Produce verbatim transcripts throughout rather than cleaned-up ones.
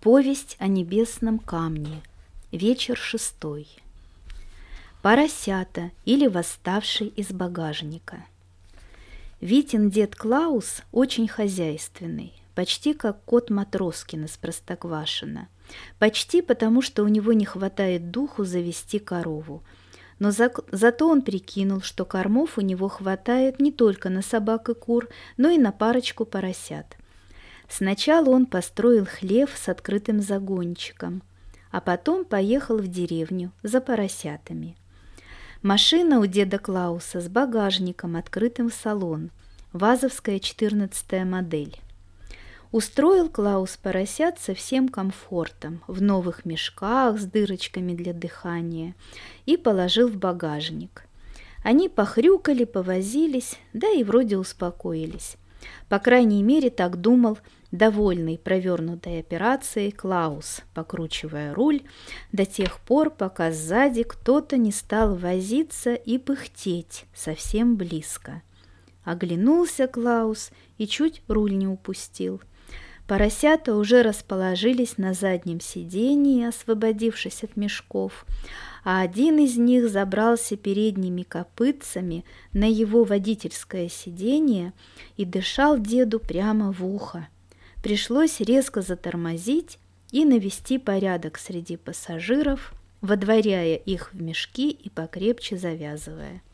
Повесть о небесном камне. Вечер шестой. Поросята или восставший из багажника. Витин дед Клаус очень хозяйственный, почти как кот Матроскин из Простоквашино. Почти потому, что у него не хватает духу завести корову. Но за, зато он прикинул, что кормов у него хватает не только на собак и кур, но и на парочку поросят. Сначала он построил хлев с открытым загончиком, а потом поехал в деревню за поросятами. Машина у деда Клауса с багажником, открытым в салон, вазовская четырнадцатая модель. Устроил Клаус поросят со всем комфортом, в новых мешках с дырочками для дыхания, и положил в багажник. Они похрюкали, повозились, да и вроде успокоились. По крайней мере, так думал довольный провернутой операцией Клаус, покручивая руль до тех пор, пока сзади кто-то не стал возиться и пыхтеть совсем близко. Оглянулся Клаус и чуть руль не упустил. Поросята уже расположились на заднем сидении, освободившись от мешков, а один из них забрался передними копытцами на его водительское сиденье и дышал деду прямо в ухо. Пришлось резко затормозить и навести порядок среди пассажиров, водворяя их в мешки и покрепче завязывая.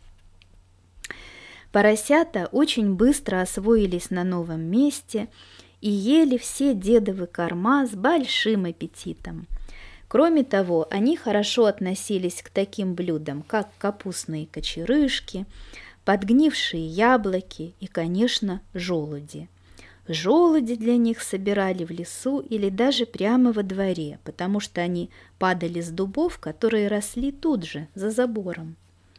Поросята очень быстро освоились на новом месте и ели все дедовы корма с большим аппетитом. Кроме того, они хорошо относились к таким блюдам, как капустные кочерышки, подгнившие яблоки и, конечно, желуди. Желуди для них собирали в лесу или даже прямо во дворе, потому что они падали с дубов, которые росли тут же, за забором.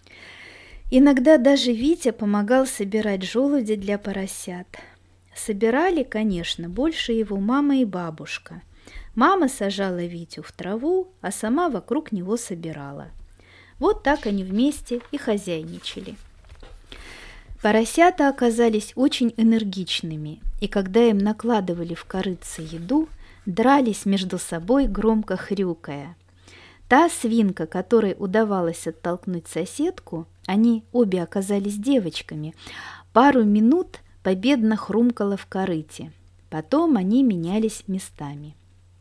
Иногда даже Витя помогал собирать желуди для поросят. Собирали, конечно, больше его мама и бабушка. Мама сажала Витю в траву, а сама вокруг него собирала. Вот так они вместе и хозяйничали. Поросята оказались очень энергичными, и когда им накладывали в корытце еду, дрались между собой, громко хрюкая. Та свинка, которой удавалось оттолкнуть соседку, они обе оказались девочками, пару минут победно хрумкала в корыте. Потом они менялись местами.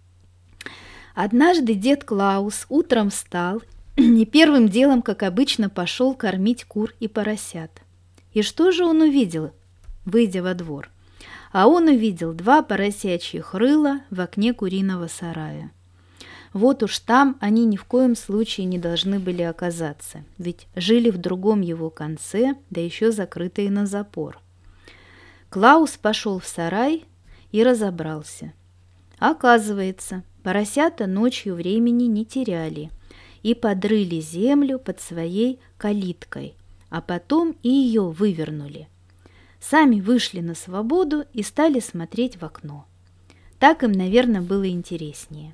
Однажды дед Клаус утром встал и первым делом, как обычно, пошел кормить кур и поросят. И что же он увидел, выйдя во двор? А он увидел два поросячьих рыла в окне куриного сарая. Вот уж там они ни в коем случае не должны были оказаться, ведь жили в другом его конце, да еще закрытые на запор. Клаус пошел в сарай и разобрался. Оказывается, поросята ночью времени не теряли и подрыли землю под своей калиткой, а потом и ее вывернули. Сами вышли на свободу и стали смотреть в окно. Так им, наверное, было интереснее.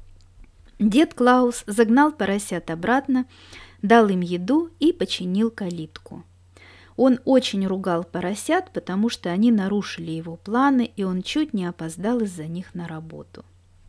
Дед Клаус загнал поросят обратно, дал им еду и починил калитку. Он очень ругал поросят, потому что они нарушили его планы, и он чуть не опоздал из-за них на работу.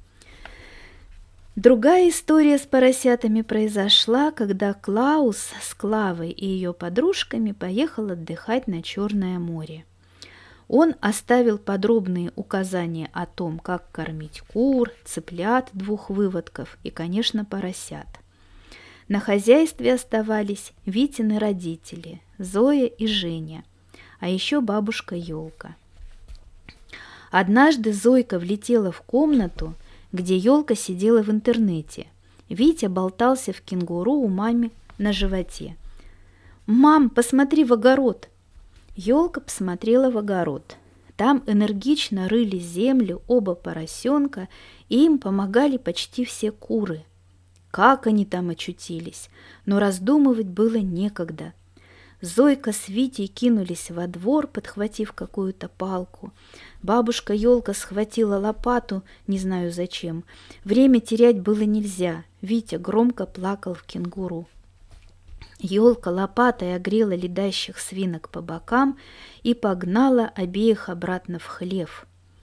Другая история с поросятами произошла, когда Клаус с Клавой и ее подружками поехал отдыхать на Черное море. Он оставил подробные указания о том, как кормить кур, цыплят двух выводков и, конечно, поросят. На хозяйстве оставались Витины родители, Зоя и Женя, а еще бабушка Ёлка. Однажды Зойка влетела в комнату, где Ёлка сидела в интернете. Витя болтался в кенгуру у мамы на животе. «Мам, посмотри в огород!» Ёлка посмотрела в огород. Там энергично рыли землю оба поросенка, и им помогали почти все куры. Как они там очутились, но раздумывать было некогда. Зойка с Витей кинулись во двор, подхватив какую-то палку. Бабушка Ёлка схватила лопату, не знаю зачем. Время терять было нельзя. Витя громко плакал в кенгуру. Ёлка лопатой огрела ледащих свинок по бокам и погнала обеих обратно в хлев.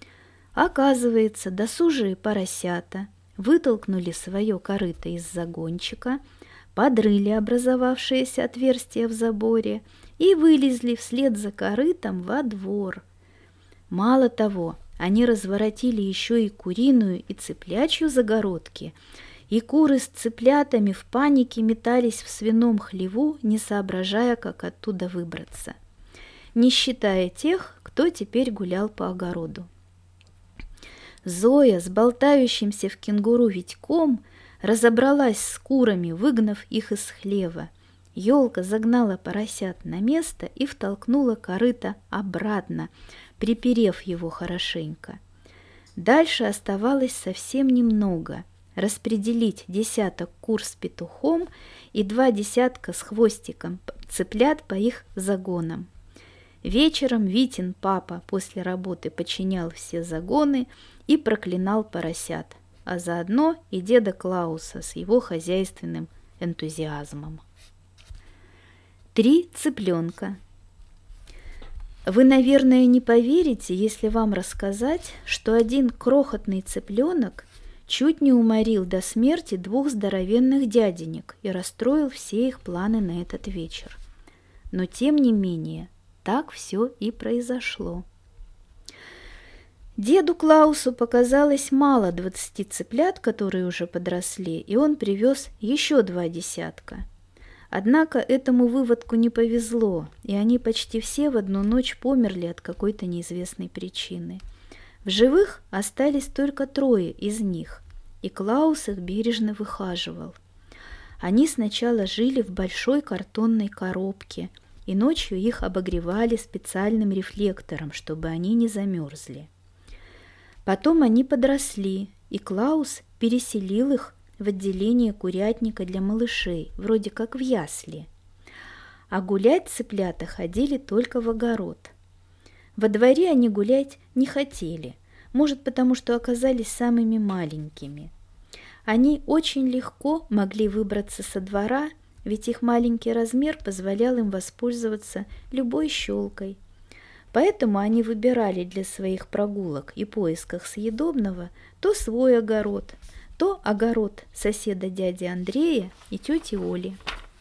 Оказывается, досужие поросята вытолкнули свое корыто из загончика, подрыли образовавшееся отверстие в заборе и вылезли вслед за корытом во двор. Мало того, они разворотили еще и куриную и цыплячью загородки, и куры с цыплятами в панике метались в свином хлеву, не соображая, как оттуда выбраться, не считая тех, кто теперь гулял по огороду. Зоя с болтающимся в кенгуру Витьком разобралась с курами, выгнав их из хлева. Ёлка загнала поросят на место и втолкнула корыто обратно, приперев его хорошенько. Дальше оставалось совсем немного – распределить десяток кур с петухом и два десятка с хвостиком цыплят по их загонам. Вечером Витин папа после работы починял все загоны и проклинал поросят, а заодно и деда Клауса с его хозяйственным энтузиазмом. Три цыпленка. Вы, наверное, не поверите, если вам рассказать, что один крохотный цыпленок чуть не уморил до смерти двух здоровенных дяденек и расстроил все их планы на этот вечер. Но тем не менее, так все и произошло. Деду Клаусу показалось мало двадцати цыплят, которые уже подросли, и он привез еще два десятка. Однако этому выводку не повезло, и они почти все в одну ночь померли от какой-то неизвестной причины. В живых остались только трое из них, и Клаус их бережно выхаживал. Они сначала жили в большой картонной коробке, и ночью их обогревали специальным рефлектором, чтобы они не замерзли. Потом они подросли, и Клаус переселил их в отделение курятника для малышей, вроде как в ясли. А гулять цыплята ходили только в огород. Во дворе они гулять не хотели, может, потому что оказались самыми маленькими. Они очень легко могли выбраться со двора, ведь их маленький размер позволял им воспользоваться любой щелкой. Поэтому они выбирали для своих прогулок и поисках съедобного то свой огород, то огород соседа дяди Андрея и тети Оли.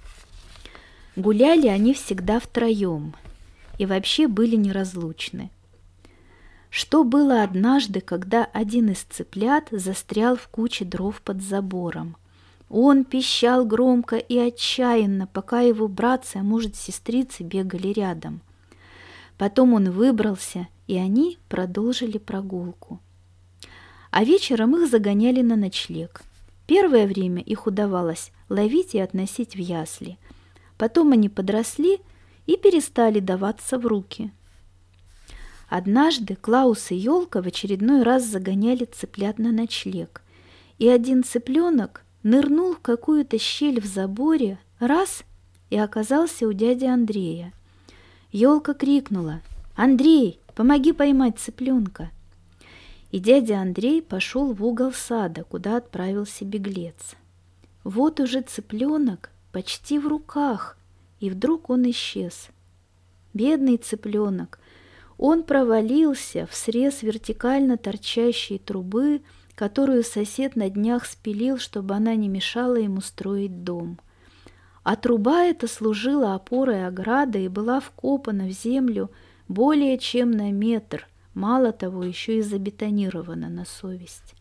Гуляли они всегда втроем и вообще были неразлучны. Что было однажды, когда один из цыплят застрял в куче дров под забором. Он пищал громко и отчаянно, пока его братцы, а может сестрицы, бегали рядом. Потом он выбрался, и они продолжили прогулку. А вечером их загоняли на ночлег. Первое время их удавалось ловить и относить в ясли. Потом они подросли и перестали даваться в руки. Однажды Клаус и Ёлка в очередной раз загоняли цыплят на ночлег, и один цыпленок нырнул в какую-то щель в заборе, раз, и оказался у дяди Андрея. Ёлка крикнула: «Андрей, помоги поймать цыпленка!» И дядя Андрей пошел в угол сада, куда отправился беглец. Вот уже цыпленок почти в руках, и вдруг он исчез. Бедный цыпленок, он провалился в срез вертикально торчащей трубы, которую сосед на днях спилил, чтобы она не мешала ему строить дом. А труба эта служила опорой ограды и была вкопана в землю более чем на метр, мало того, еще и забетонирована на совесть.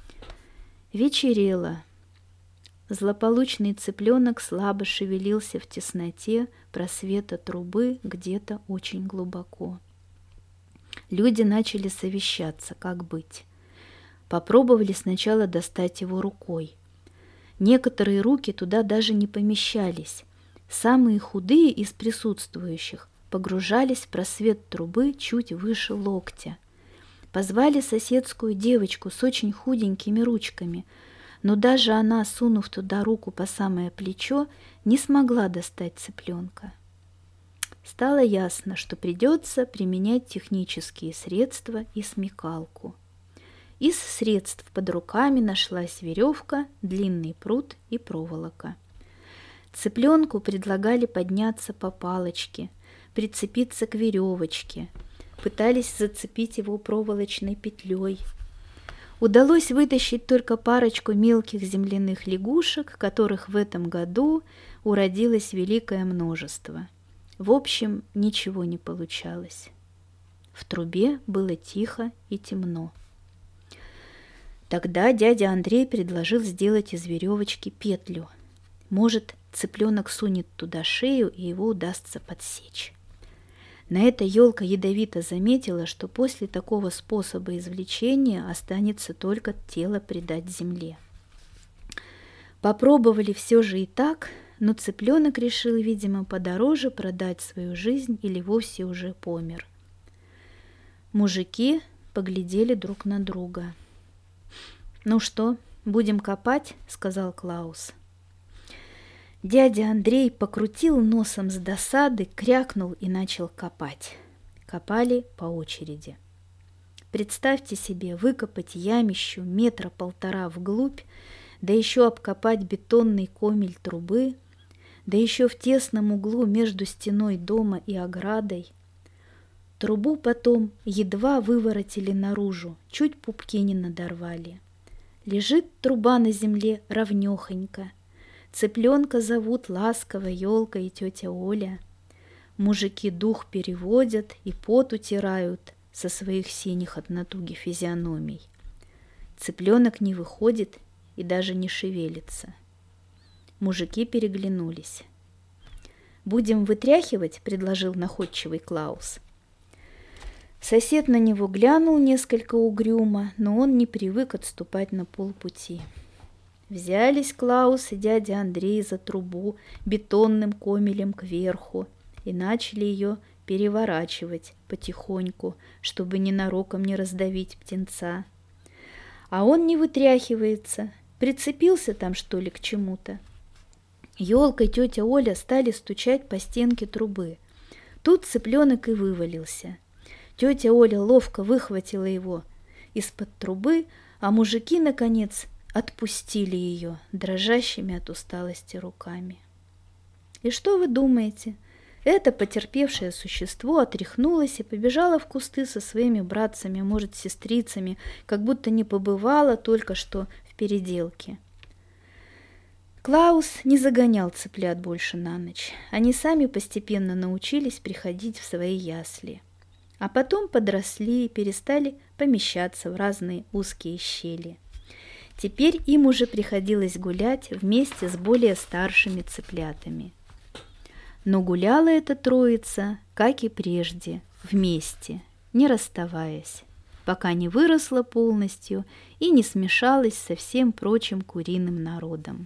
Вечерело. Злополучный цыпленок слабо шевелился в тесноте просвета трубы где-то очень глубоко. Люди начали совещаться, как быть. Попробовали сначала достать его рукой. Некоторые руки туда даже не помещались. Самые худые из присутствующих погружались в просвет трубы чуть выше локтя. Позвали соседскую девочку с очень худенькими ручками, но даже она, сунув туда руку по самое плечо, не смогла достать цыпленка. Стало ясно, что придется применять технические средства и смекалку. Из средств под руками нашлась веревка, длинный прут и проволока. Цыпленку предлагали подняться по палочке, прицепиться к веревочке. пытались зацепить его проволочной петлей. Удалось вытащить только парочку мелких земляных лягушек, которых в этом году уродилось великое множество. В общем, ничего не получалось. В трубе было тихо и темно. Тогда дядя Андрей предложил сделать из веревочки петлю. Может, цыпленок сунет туда шею, и его удастся подсечь. На это елка ядовито заметила, что после такого способа извлечения останется только тело предать земле. Попробовали все же и так, но цыпленок решил, видимо, подороже продать свою жизнь или вовсе уже помер. Мужики поглядели друг на друга. «Ну что, будем копать?» — сказал Клаус. Дядя Андрей покрутил носом с досады, крякнул и начал копать. Копали по очереди. Представьте себе выкопать ямищу метра полтора вглубь, да еще обкопать бетонный комель трубы, да еще в тесном углу между стеной дома и оградой. Трубу потом едва выворотили наружу, чуть пупки не надорвали. Лежит труба на земле ровнёхонько. Цыпленка зовут ласково елка и тетя Оля. Мужики дух переводят и пот утирают со своих синих от натуги физиономий. Цыпленок не выходит и даже не шевелится. Мужики переглянулись. «Будем вытряхивать?» — предложил находчивый Клаус. Сосед на него глянул несколько угрюмо, но он не привык отступать на полпути. Взялись Клаус и дядя Андрей за трубу бетонным комелем кверху и начали ее переворачивать потихоньку, чтобы ненароком не раздавить птенца. А он не вытряхивается, прицепился там, что ли, к чему-то. Елка и тетя Оля стали стучать по стенке трубы. Тут цыпленок и вывалился. Тетя Оля ловко выхватила его из-под трубы, а мужики, наконец, отпустили ее дрожащими от усталости руками. И что вы думаете? Это потерпевшее существо отряхнулось и побежало в кусты со своими братцами, а может, сестрицами, как будто не побывало только что в переделке. Клаус не загонял цыплят больше на ночь. Они сами постепенно научились приходить в свои ясли. А потом подросли и перестали помещаться в разные узкие щели. Теперь им уже приходилось гулять вместе с более старшими цыплятами. Но гуляла эта троица, как и прежде, вместе, не расставаясь, пока не выросла полностью и не смешалась со всем прочим куриным народом.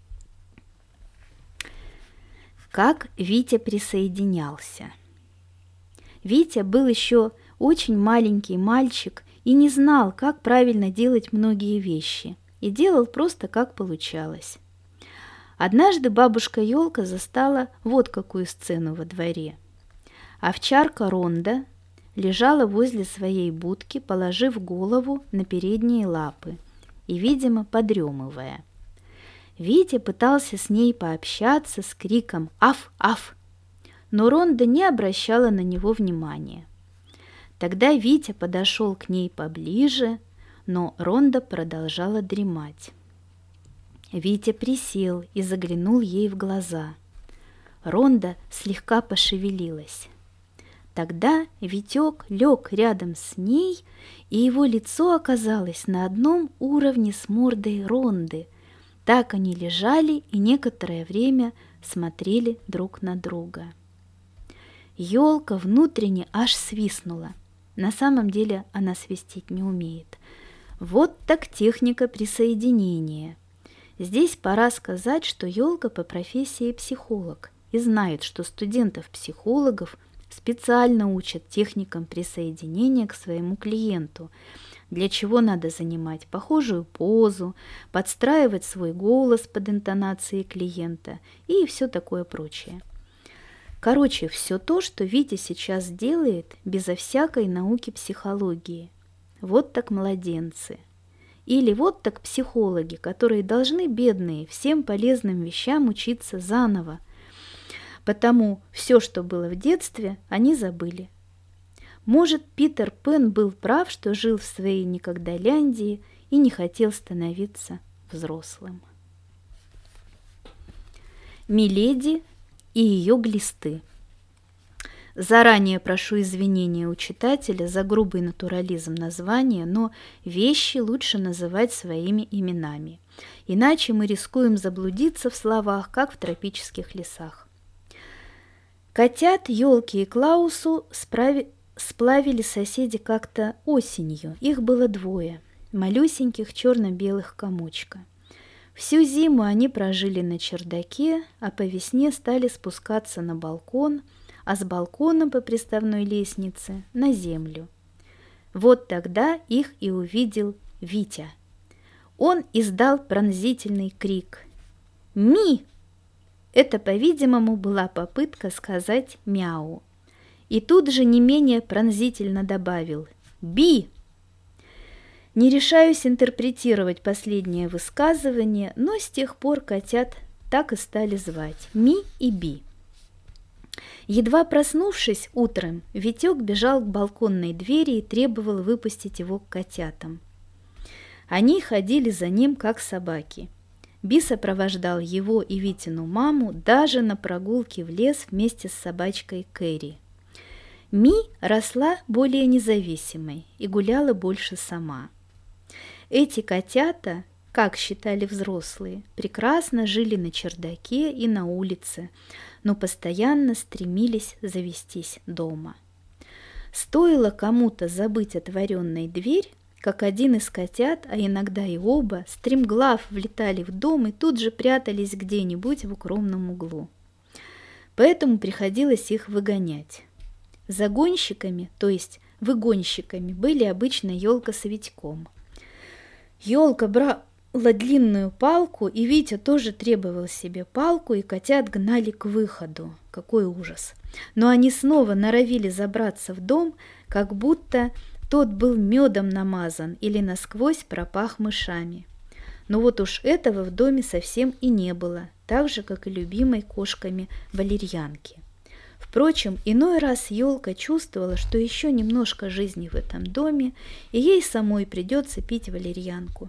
Как Витя присоединялся. Витя был еще очень маленький мальчик и не знал, как правильно делать многие вещи, и делал просто как получалось. Однажды бабушка Елка застала вот какую сцену во дворе. Овчарка Ронда лежала возле своей будки, положив голову на передние лапы и, видимо, подремывая. Витя пытался с ней пообщаться с криком «Аф! Аф!», но Ронда не обращала на него внимания. Тогда Витя подошел к ней поближе, но Ронда продолжала дремать. Витя присел и заглянул ей в глаза. Ронда слегка пошевелилась. Тогда Витек лег рядом с ней, и его лицо оказалось на одном уровне с мордой Ронды. Так они лежали и некоторое время смотрели друг на друга. Елка внутренне аж свистнула. На самом деле она свистеть не умеет. Вот так техника присоединения. Здесь пора сказать, что Елка по профессии психолог и знает, что студентов-психологов специально учат техникам присоединения к своему клиенту, для чего надо занимать похожую позу, подстраивать свой голос под интонации клиента и все такое прочее. Короче, все то, что Витя сейчас делает, безо всякой науки психологии. Вот так младенцы. Или вот так психологи, которые должны, бедные, всем полезным вещам учиться заново, потому все, что было в детстве, они забыли. Может, Питер Пен был прав, что жил в своей Никогдаляндии и не хотел становиться взрослым. Миледи и ее глисты. Заранее прошу извинения у читателя за грубый натурализм названия, но вещи лучше называть своими именами, иначе мы рискуем заблудиться в словах, как в тропических лесах. Котят, елки и Клаусу справи... сплавили соседи как-то осенью. Их было двое, малюсеньких черно-белых комочка. Всю зиму они прожили на чердаке, а по весне стали спускаться на балкон, а с балкона по приставной лестнице на землю. Вот тогда их и увидел Витя. Он издал пронзительный крик «Ми!». Это, по-видимому, была попытка сказать «мяу». И тут же не менее пронзительно добавил «Би!». Не решаюсь интерпретировать последнее высказывание, но с тех пор котят так и стали звать Ми и Би. Едва проснувшись утром, Витек бежал к балконной двери и требовал выпустить его к котятам. Они ходили за ним, как собаки. Би сопровождал его и Витину маму даже на прогулке в лес вместе с собачкой Кэрри. Ми росла более независимой и гуляла больше сама. Эти котята, как считали взрослые, прекрасно жили на чердаке и на улице, но постоянно стремились завестись дома. Стоило кому-то забыть отворенной дверь, как один из котят, а иногда и оба, стремглав влетали в дом и тут же прятались где-нибудь в укромном углу. Поэтому приходилось их выгонять. Загонщиками, то есть выгонщиками, были обычно елка с Витьком. Елка брала длинную палку, и Витя тоже требовал себе палку, и котят гнали к выходу. Какой ужас! Но они снова норовили забраться в дом, как будто тот был медом намазан или насквозь пропах мышами. Но вот уж этого в доме совсем и не было, так же, как и любимой кошками валерьянки. Впрочем, иной раз елка чувствовала, что еще немножко жизни в этом доме, и ей самой придется пить валерьянку.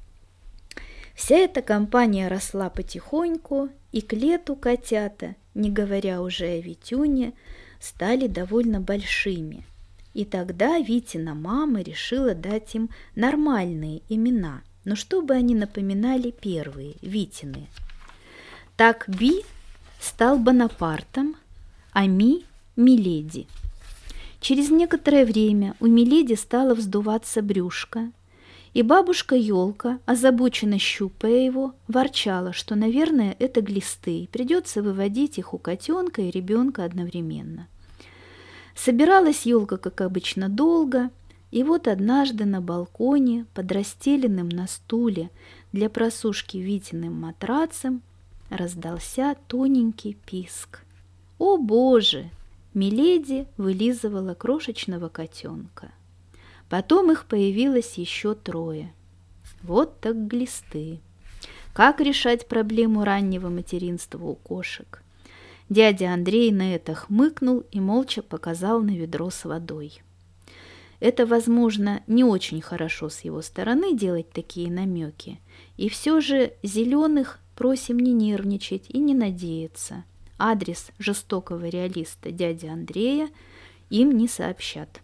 Вся эта компания росла потихоньку, и к лету котята, не говоря уже о Витюне, стали довольно большими. И тогда Витина мама решила дать им нормальные имена, но чтобы они напоминали первые, Витины. Так Би стал Бонапартом, а Ми – Миледи. Через некоторое время у Миледи стало вздуваться брюшко, и бабушка Ёлка, озабоченно щупая его, ворчала, что, наверное, это глисты, и придется выводить их у котенка и ребенка одновременно. Собиралась Ёлка, как обычно, долго, и вот однажды на балконе, под расстеленным на стуле для просушки Витиным матрацем, раздался тоненький писк. О, Боже! Миледи вылизывала крошечного котенка. Потом их появилось еще трое. Вот так глисты. Как решать проблему раннего материнства у кошек? Дядя Андрей на это хмыкнул и молча показал на ведро с водой. Это, возможно, не очень хорошо с его стороны делать такие намеки, и все же зеленых просим не нервничать и не надеяться. Адрес жестокого реалиста дяди Андрея им не сообщат.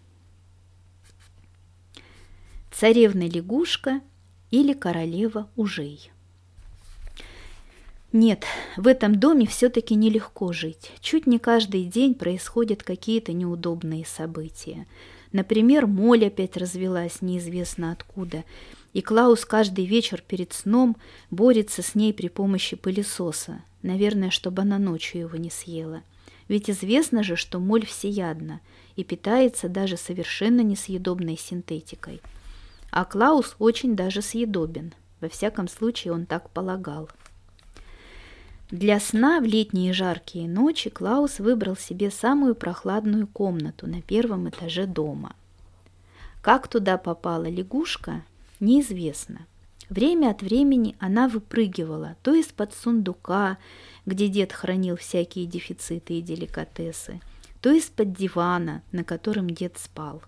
Царевна-лягушка или королева ужей. Нет, в этом доме все-таки нелегко жить. Чуть не каждый день происходят какие-то неудобные события. Например, моль опять развелась неизвестно откуда, и Клаус каждый вечер перед сном борется с ней при помощи пылесоса, наверное, чтобы она ночью его не съела. Ведь известно же, что моль всеядна и питается даже совершенно несъедобной синтетикой. А Клаус очень даже съедобен, во всяком случае он так полагал. Для сна в летние жаркие ночи Клаус выбрал себе самую прохладную комнату на первом этаже дома. Как туда попала лягушка, неизвестно. Время от времени она выпрыгивала то из-под сундука, где дед хранил всякие дефициты и деликатесы, то из-под дивана, на котором дед спал.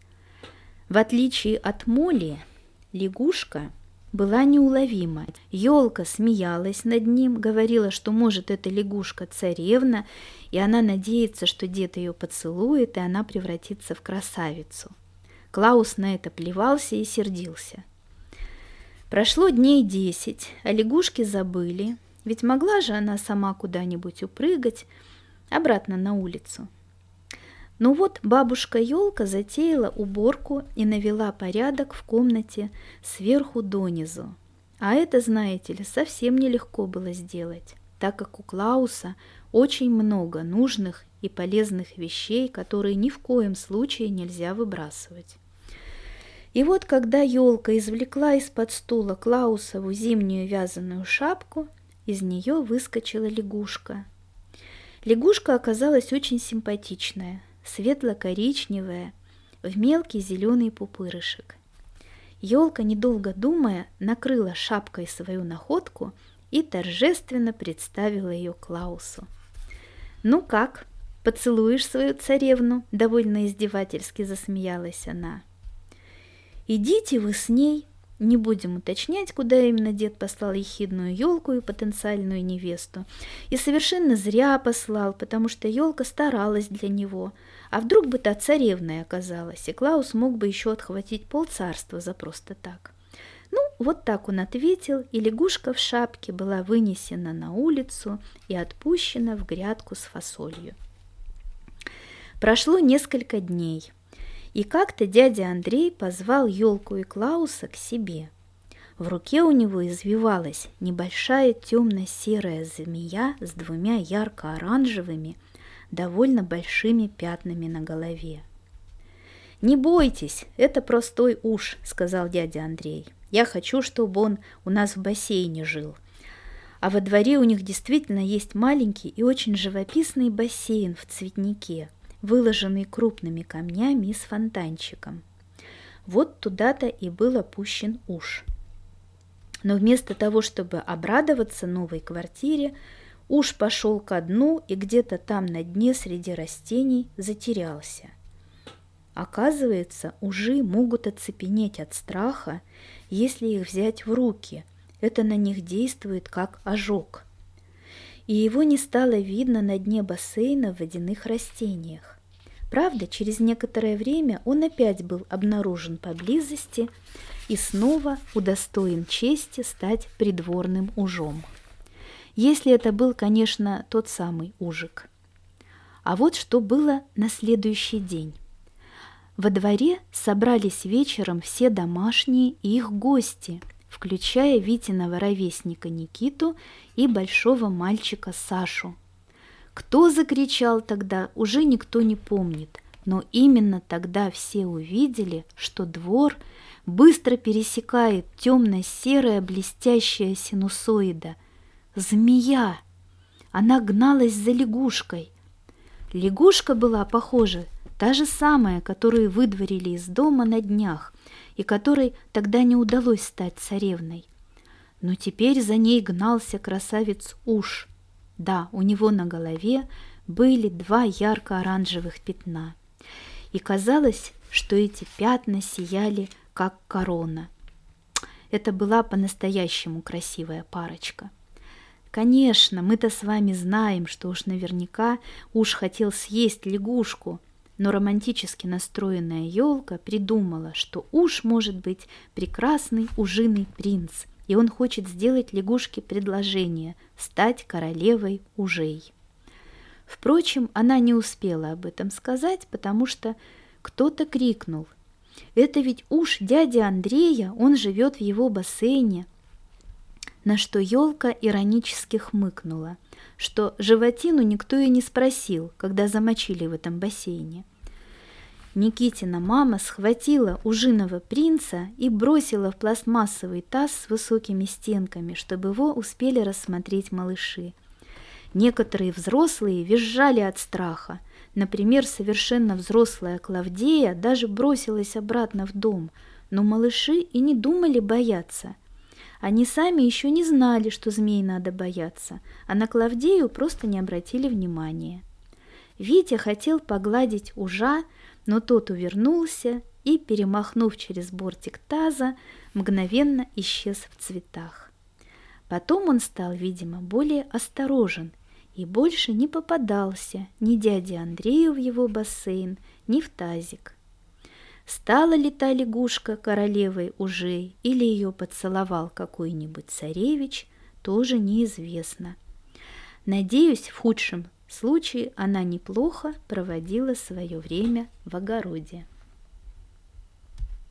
В отличие от Молли, лягушка была неуловима. Елка смеялась над ним, говорила, что, может, эта лягушка царевна, и она надеется, что дед ее поцелует, и она превратится в красавицу. Клаус на это плевался и сердился. Прошло дней десять, а лягушки забыли, ведь могла же она сама куда-нибудь упрыгать обратно на улицу. Ну вот бабушка Елка затеяла уборку и навела порядок в комнате сверху донизу. А это, знаете ли, совсем нелегко было сделать, так как у Клауса очень много нужных и полезных вещей, которые ни в коем случае нельзя выбрасывать. И вот когда Елка извлекла из-под стула Клаусову зимнюю вязаную шапку, из нее выскочила лягушка. Лягушка оказалась очень симпатичная, светло-коричневая, в мелкий зеленый пупырышек. Елка, недолго думая, накрыла шапкой свою находку и торжественно представила ее Клаусу. «Ну как, поцелуешь свою царевну?» – довольно издевательски засмеялась она. «Идите вы с ней», не будем уточнять, куда именно дед послал ехидную Елку и потенциальную невесту. И совершенно зря послал, потому что Елка старалась для него. А вдруг бы та царевной оказалась, и Клаус мог бы еще отхватить полцарства за просто так. Ну, вот так он ответил, и лягушка в шапке была вынесена на улицу и отпущена в грядку с фасолью. Прошло несколько дней. И как-то дядя Андрей позвал Елку и Клауса к себе. В руке у него извивалась небольшая темно-серая змея с двумя ярко-оранжевыми, довольно большими пятнами на голове. «Не бойтесь, это простой уж», — сказал дядя Андрей. «Я хочу, чтобы он у нас в бассейне жил. А во дворе у них действительно есть маленький и очень живописный бассейн в цветнике, выложенный крупными камнями и с фонтанчиком. Вот туда-то и был опущен уж. Но вместо того, чтобы обрадоваться новой квартире, уж пошел ко дну и где-то там на дне среди растений затерялся. Оказывается, ужи могут оцепенеть от страха, если их взять в руки. Это на них действует как ожог. И его не стало видно на дне бассейна в водяных растениях. Правда, через некоторое время он опять был обнаружен поблизости и снова удостоен чести стать придворным ужом. Если это был, конечно, тот самый ужик. А вот что было на следующий день. Во дворе собрались вечером все домашние и их гости, включая Витиного ровесника Никиту и большого мальчика Сашу. Кто закричал тогда, уже никто не помнит, но именно тогда все увидели, что двор быстро пересекает темно-серая блестящая синусоида. Змея! Она гналась за лягушкой. Лягушка была, похоже, та же самая, которую выдворили из дома на днях и которой тогда не удалось стать царевной. Но теперь за ней гнался красавец Уж. Да, у него на голове были два ярко-оранжевых пятна, и казалось, что эти пятна сияли, как корона. Это была по-настоящему красивая парочка. Конечно, мы-то с вами знаем, что уж наверняка Уж хотел съесть лягушку, но романтически настроенная Елка придумала, что Уж может быть прекрасный ужиный принц, и он хочет сделать лягушке предложение стать королевой ужей. Впрочем, она не успела об этом сказать, потому что кто-то крикнул: «Это ведь уж дядя Андрея, он живет в его бассейне!» На что Елка иронически хмыкнула, что животину никто и не спросил, когда замочили в этом бассейне. Никитина мама схватила ужиного принца и бросила в пластмассовый таз с высокими стенками, чтобы его успели рассмотреть малыши. Некоторые взрослые визжали от страха. Например, совершенно взрослая Клавдея даже бросилась обратно в дом, но малыши и не думали бояться. Они сами еще не знали, что змей надо бояться, а на Клавдею просто не обратили внимания. Витя хотел погладить ужа, но тот увернулся и, перемахнув через бортик таза, мгновенно исчез в цветах. Потом он стал, видимо, более осторожен и больше не попадался ни дяде Андрею в его бассейн, ни в тазик. Стала ли та лягушка королевой ужей или ее поцеловал какой-нибудь царевич, тоже неизвестно. Надеюсь, в худшем случае она неплохо проводила свое время в огороде.